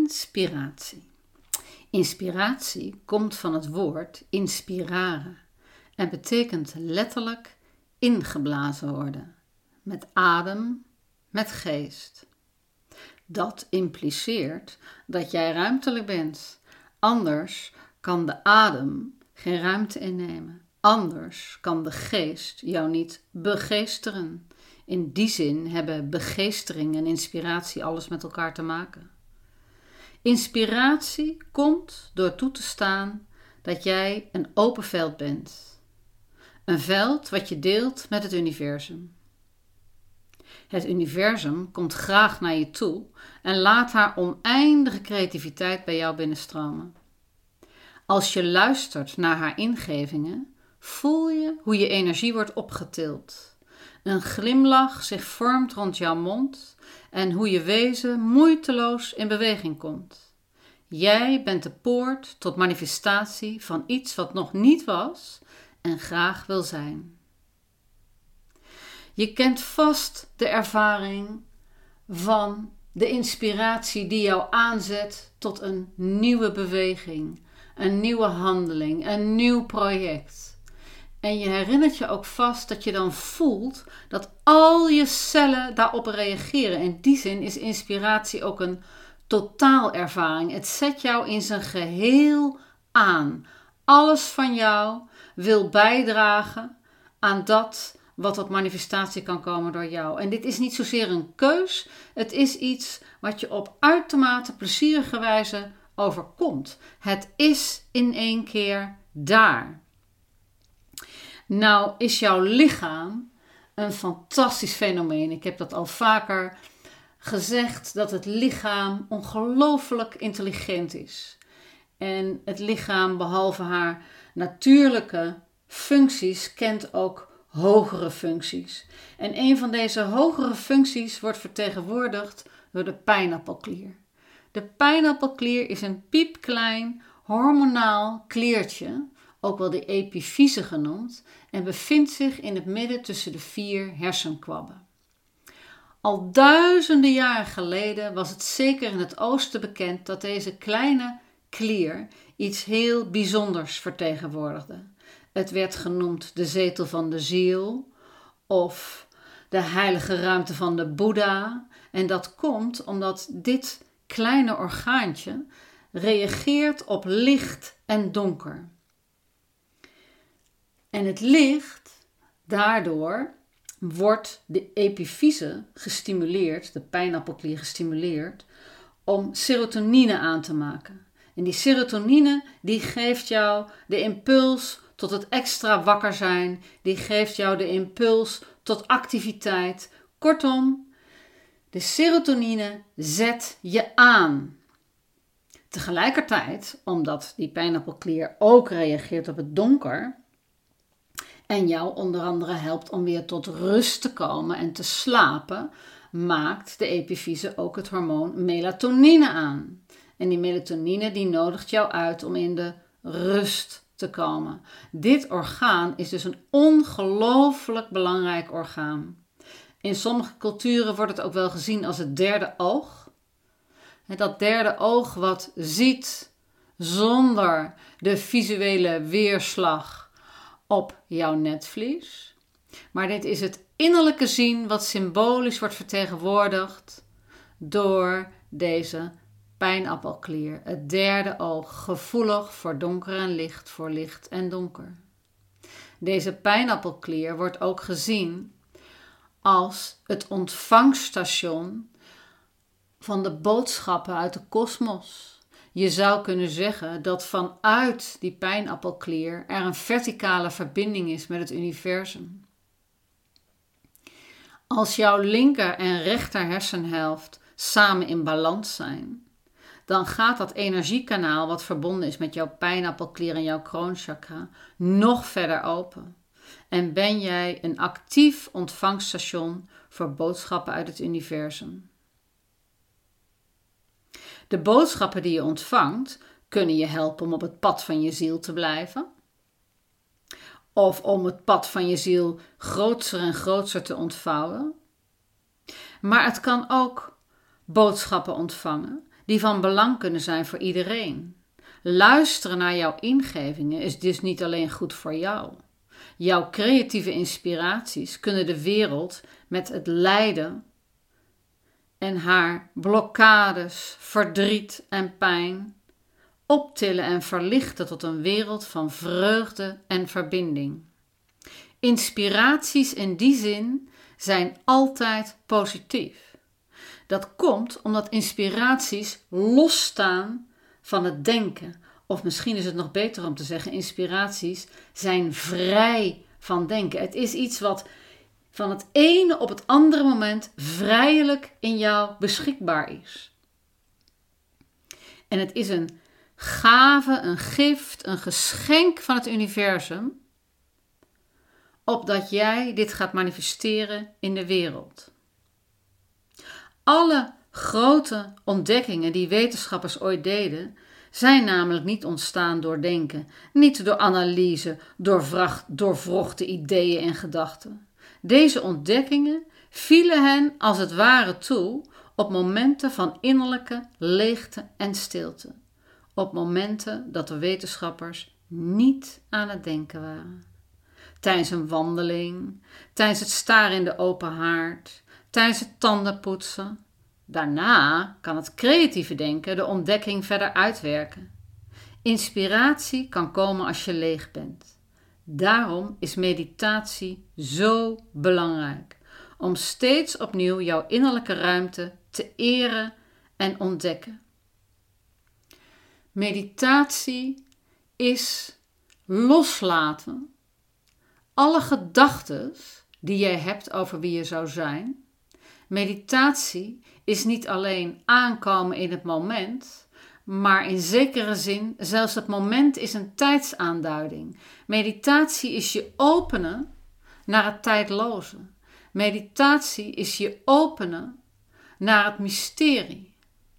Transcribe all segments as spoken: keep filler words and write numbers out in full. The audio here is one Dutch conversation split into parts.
Inspiratie. Inspiratie komt van het woord inspiraren en betekent letterlijk ingeblazen worden, met adem, met geest. Dat impliceert dat jij ruimtelijk bent, anders kan de adem geen ruimte innemen, anders kan de geest jou niet begeesteren. In die zin hebben begeestering en inspiratie alles met elkaar te maken. Inspiratie komt door toe te staan dat jij een open veld bent. Een veld wat je deelt met het universum. Het universum komt graag naar je toe en laat haar oneindige creativiteit bij jou binnenstromen. Als je luistert naar haar ingevingen, voel je hoe je energie wordt opgetild. Een glimlach zich vormt rond jouw mond en hoe je wezen moeiteloos in beweging komt. Jij bent de poort tot manifestatie van iets wat nog niet was en graag wil zijn. Je kent vast de ervaring van de inspiratie die jou aanzet tot een nieuwe beweging, een nieuwe handeling, een nieuw project. En je herinnert je ook vast dat je dan voelt dat al je cellen daarop reageren. In die zin is inspiratie ook een totaalervaring. Het zet jou in zijn geheel aan. Alles van jou wil bijdragen aan dat wat tot manifestatie kan komen door jou. En dit is niet zozeer een keus. Het is iets wat je op uitermate plezierige wijze overkomt. Het is in één keer daar. Nou is jouw lichaam een fantastisch fenomeen. Ik heb dat al vaker gezegd, dat het lichaam ongelooflijk intelligent is. En het lichaam, behalve haar natuurlijke functies, kent ook hogere functies. En een van deze hogere functies wordt vertegenwoordigd door de pijnappelklier. De pijnappelklier is een piepklein hormonaal kliertje, ook wel de epifyse genoemd, en bevindt zich in het midden tussen de vier hersenkwabben. Al duizenden jaren geleden was het zeker in het oosten bekend dat deze kleine klier iets heel bijzonders vertegenwoordigde. Het werd genoemd de zetel van de ziel of de heilige ruimte van de Boeddha. En dat komt omdat dit kleine orgaantje reageert op licht en donker. En het licht, daardoor wordt de epifyse gestimuleerd, de pijnappelklier gestimuleerd, om serotonine aan te maken. En die serotonine die geeft jou de impuls tot het extra wakker zijn, die geeft jou de impuls tot activiteit. Kortom, de serotonine zet je aan. Tegelijkertijd, omdat die pijnappelklier ook reageert op het donker en jou onder andere helpt om weer tot rust te komen en te slapen, maakt de epifyse ook het hormoon melatonine aan. En die melatonine die nodigt jou uit om in de rust te komen. Dit orgaan is dus een ongelooflijk belangrijk orgaan. In sommige culturen wordt het ook wel gezien als het derde oog. Dat derde oog wat ziet zonder de visuele weerslag op jouw netvlies. Maar dit is het innerlijke zien wat symbolisch wordt vertegenwoordigd door deze pijnappelklier. Het derde oog, gevoelig voor donker en licht, voor licht en donker. Deze pijnappelklier wordt ook gezien als het ontvangststation van de boodschappen uit de kosmos. Je zou kunnen zeggen dat vanuit die pijnappelklier er een verticale verbinding is met het universum. Als jouw linker en rechter hersenhelft samen in balans zijn, dan gaat dat energiekanaal wat verbonden is met jouw pijnappelklier en jouw kroonchakra nog verder open. En ben jij een actief ontvangststation voor boodschappen uit het universum. De boodschappen die je ontvangt kunnen je helpen om op het pad van je ziel te blijven. Of om het pad van je ziel grootser en grootser te ontvouwen. Maar het kan ook boodschappen ontvangen die van belang kunnen zijn voor iedereen. Luisteren naar jouw ingevingen is dus niet alleen goed voor jou. Jouw creatieve inspiraties kunnen de wereld met het lijden en haar blokkades, verdriet en pijn optillen en verlichten tot een wereld van vreugde en verbinding. Inspiraties in die zin zijn altijd positief. Dat komt omdat inspiraties losstaan van het denken. Of misschien is het nog beter om te zeggen, inspiraties zijn vrij van denken. Het is iets wat van het ene op het andere moment vrijelijk in jou beschikbaar is. En het is een gave, een gift, een geschenk van het universum, opdat jij dit gaat manifesteren in de wereld. Alle grote ontdekkingen die wetenschappers ooit deden, zijn namelijk niet ontstaan door denken, niet door analyse, door vracht, doorvrochte ideeën en gedachten. Deze ontdekkingen vielen hen als het ware toe op momenten van innerlijke leegte en stilte. Op momenten dat de wetenschappers niet aan het denken waren. Tijdens een wandeling, tijdens het staren in de open haard, tijdens het tandenpoetsen. Daarna kan het creatieve denken de ontdekking verder uitwerken. Inspiratie kan komen als je leeg bent. Daarom is meditatie zo belangrijk. Om steeds opnieuw jouw innerlijke ruimte te eren en ontdekken. Meditatie is loslaten. Alle gedachten die jij hebt over wie je zou zijn. Meditatie is niet alleen aankomen in het moment, maar in zekere zin zelfs het moment is een tijdsaanduiding. Meditatie is je openen naar het tijdloze. Meditatie is je openen naar het mysterie.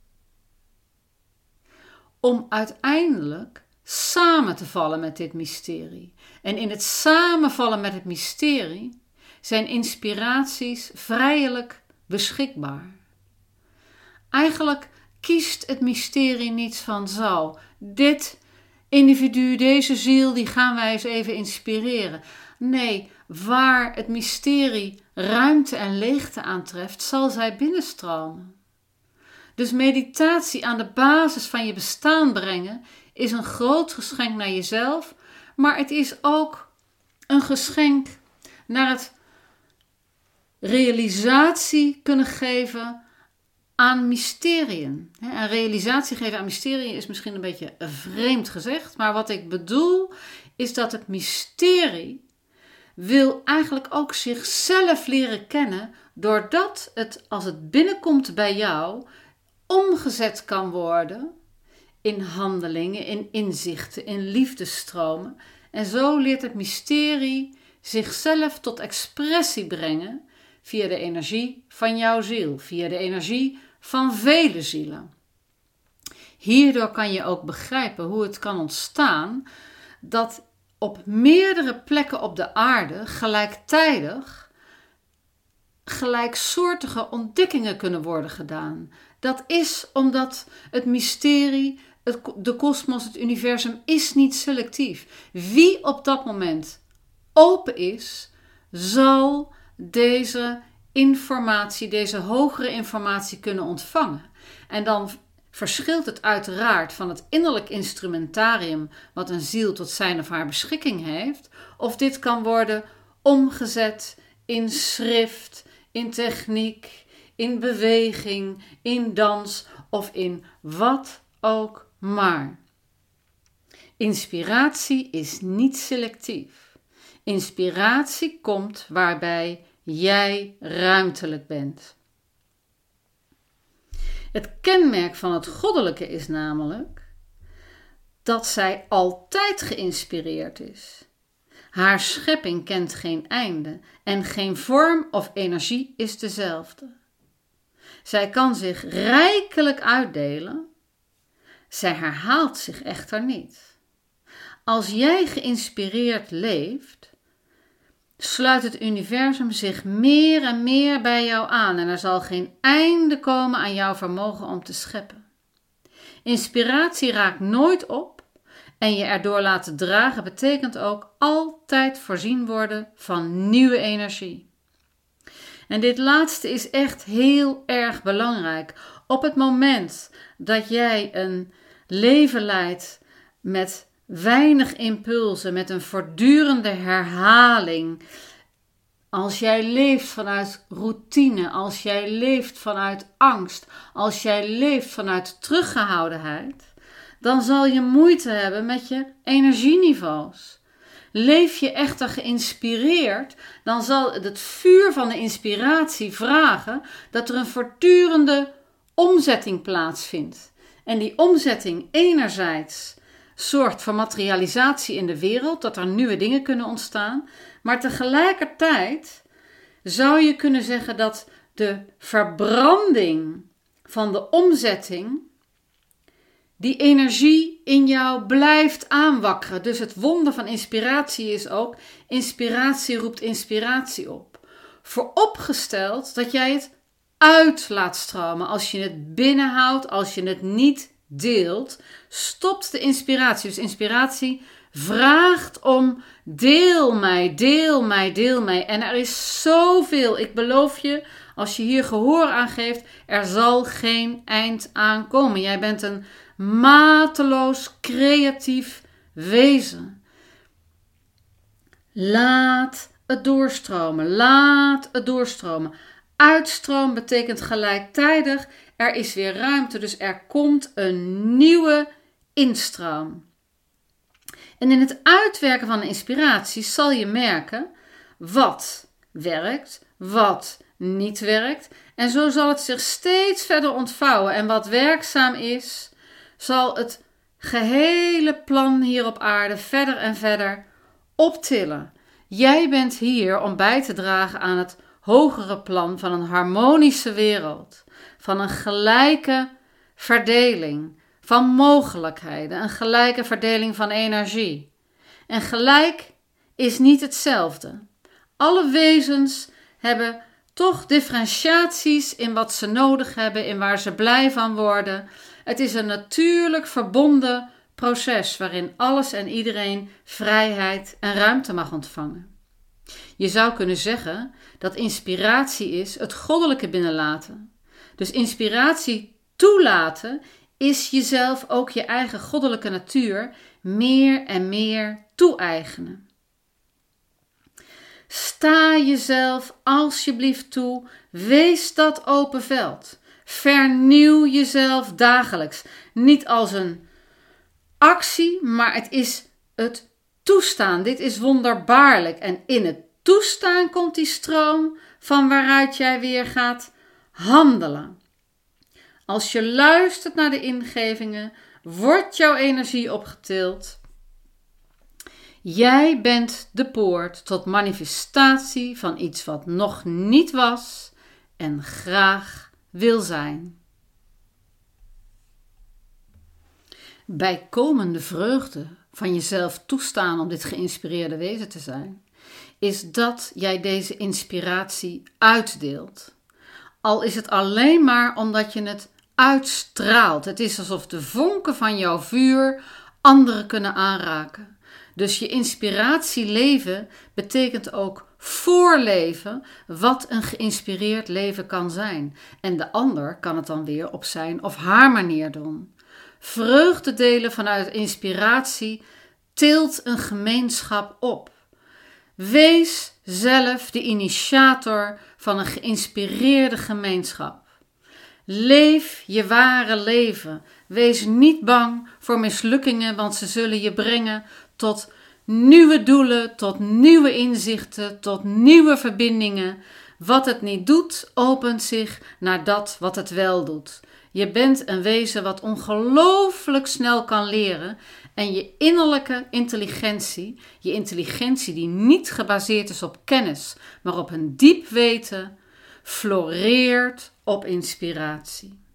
Om uiteindelijk samen te vallen met dit mysterie. En in het samenvallen met het mysterie zijn inspiraties vrijelijk beschikbaar. Eigenlijk kiest het mysterie niets van zo. Dit individu, deze ziel, die gaan wij eens even inspireren. Nee, waar het mysterie ruimte en leegte aantreft, zal zij binnenstromen. Dus meditatie aan de basis van je bestaan brengen is een groot geschenk naar jezelf, maar het is ook een geschenk naar het realisatie kunnen geven aan mysteriën. Een realisatie geven aan mysteriën is misschien een beetje vreemd gezegd, maar wat ik bedoel is dat het mysterie wil eigenlijk ook zichzelf leren kennen, doordat het, als het binnenkomt bij jou, omgezet kan worden in handelingen, in inzichten, in liefdesstromen. En zo leert het mysterie zichzelf tot expressie brengen via de energie van jouw ziel, via de energie van vele zielen. Hierdoor kan je ook begrijpen hoe het kan ontstaan dat op meerdere plekken op de aarde gelijktijdig gelijksoortige ontdekkingen kunnen worden gedaan. Dat is omdat het mysterie, het, de kosmos, het universum is niet selectief. Wie op dat moment open is, zal deze informatie, deze hogere informatie kunnen ontvangen. En dan verschilt het uiteraard van het innerlijk instrumentarium wat een ziel tot zijn of haar beschikking heeft, of dit kan worden omgezet in schrift, in techniek, in beweging, in dans of in wat ook maar. Inspiratie is niet selectief. Inspiratie komt waarbij jij ruimtelijk bent. Het kenmerk van het goddelijke is namelijk dat zij altijd geïnspireerd is. Haar schepping kent geen einde en geen vorm of energie is dezelfde. Zij kan zich rijkelijk uitdelen, zij herhaalt zich echter niet. Als jij geïnspireerd leeft, sluit het universum zich meer en meer bij jou aan en er zal geen einde komen aan jouw vermogen om te scheppen. Inspiratie raakt nooit op en je erdoor laten dragen betekent ook altijd voorzien worden van nieuwe energie. En dit laatste is echt heel erg belangrijk. Op het moment dat jij een leven leidt met weinig impulsen, met een voortdurende herhaling, als jij leeft vanuit routine, als jij leeft vanuit angst, als jij leeft vanuit teruggehoudenheid, dan zal je moeite hebben met je energieniveaus. Leef je echter geïnspireerd, dan zal het vuur van de inspiratie vragen dat er een voortdurende omzetting plaatsvindt. En die omzetting enerzijds zorgt voor materialisatie in de wereld, dat er nieuwe dingen kunnen ontstaan, maar tegelijkertijd zou je kunnen zeggen dat de verbranding van de omzetting die energie in jou blijft aanwakkeren. Dus het wonder van inspiratie is ook, inspiratie roept inspiratie op. Vooropgesteld dat jij het uit laat stromen. Als je het binnenhoudt, als je het niet deelt, stopt de inspiratie. Dus inspiratie vraagt om deel mij, deel mij, deel mij. En er is zoveel, ik beloof je, als je hier gehoor aan geeft, er zal geen eind aan komen. Jij bent een mateloos creatief wezen. Laat het doorstromen, laat het doorstromen. Uitstroom betekent gelijktijdig, er is weer ruimte, dus er komt een nieuwe instroom. En in het uitwerken van de inspiratie zal je merken wat werkt, wat niet werkt. En zo zal het zich steeds verder ontvouwen. En wat werkzaam is, zal het gehele plan hier op aarde verder en verder optillen. Jij bent hier om bij te dragen aan het hogere plan van een harmonische wereld, van een gelijke verdeling van mogelijkheden, een gelijke verdeling van energie. En gelijk is niet hetzelfde. Alle wezens hebben toch differentiaties in wat ze nodig hebben, in waar ze blij van worden. Het is een natuurlijk verbonden proces waarin alles en iedereen vrijheid en ruimte mag ontvangen. Je zou kunnen zeggen dat inspiratie is het goddelijke binnenlaten. Dus inspiratie toelaten is jezelf ook je eigen goddelijke natuur meer en meer toe-eigenen. Sta jezelf alsjeblieft toe, wees dat open veld. Vernieuw jezelf dagelijks. Niet als een actie, maar het is het toestaan. Dit is wonderbaarlijk. En in het toestaan komt die stroom van waaruit jij weer gaat handelen. Als je luistert naar de ingevingen, wordt jouw energie opgetild. Jij bent de poort tot manifestatie van iets wat nog niet was en graag wil zijn. Bijkomende vreugde van jezelf toestaan om dit geïnspireerde wezen te zijn, is dat jij deze inspiratie uitdeelt. Al is het alleen maar omdat je het uitstraalt. Het is alsof de vonken van jouw vuur anderen kunnen aanraken. Dus je inspiratieleven betekent ook voorleven wat een geïnspireerd leven kan zijn. En de ander kan het dan weer op zijn of haar manier doen. Vreugde delen vanuit inspiratie tilt een gemeenschap op. Wees zelf de initiator van een geïnspireerde gemeenschap. Leef je ware leven. Wees niet bang voor mislukkingen, want ze zullen je brengen tot nieuwe doelen, tot nieuwe inzichten, tot nieuwe verbindingen. Wat het niet doet, opent zich naar dat wat het wel doet. Je bent een wezen wat ongelooflijk snel kan leren en je innerlijke intelligentie, je intelligentie die niet gebaseerd is op kennis, maar op een diep weten, floreert op inspiratie.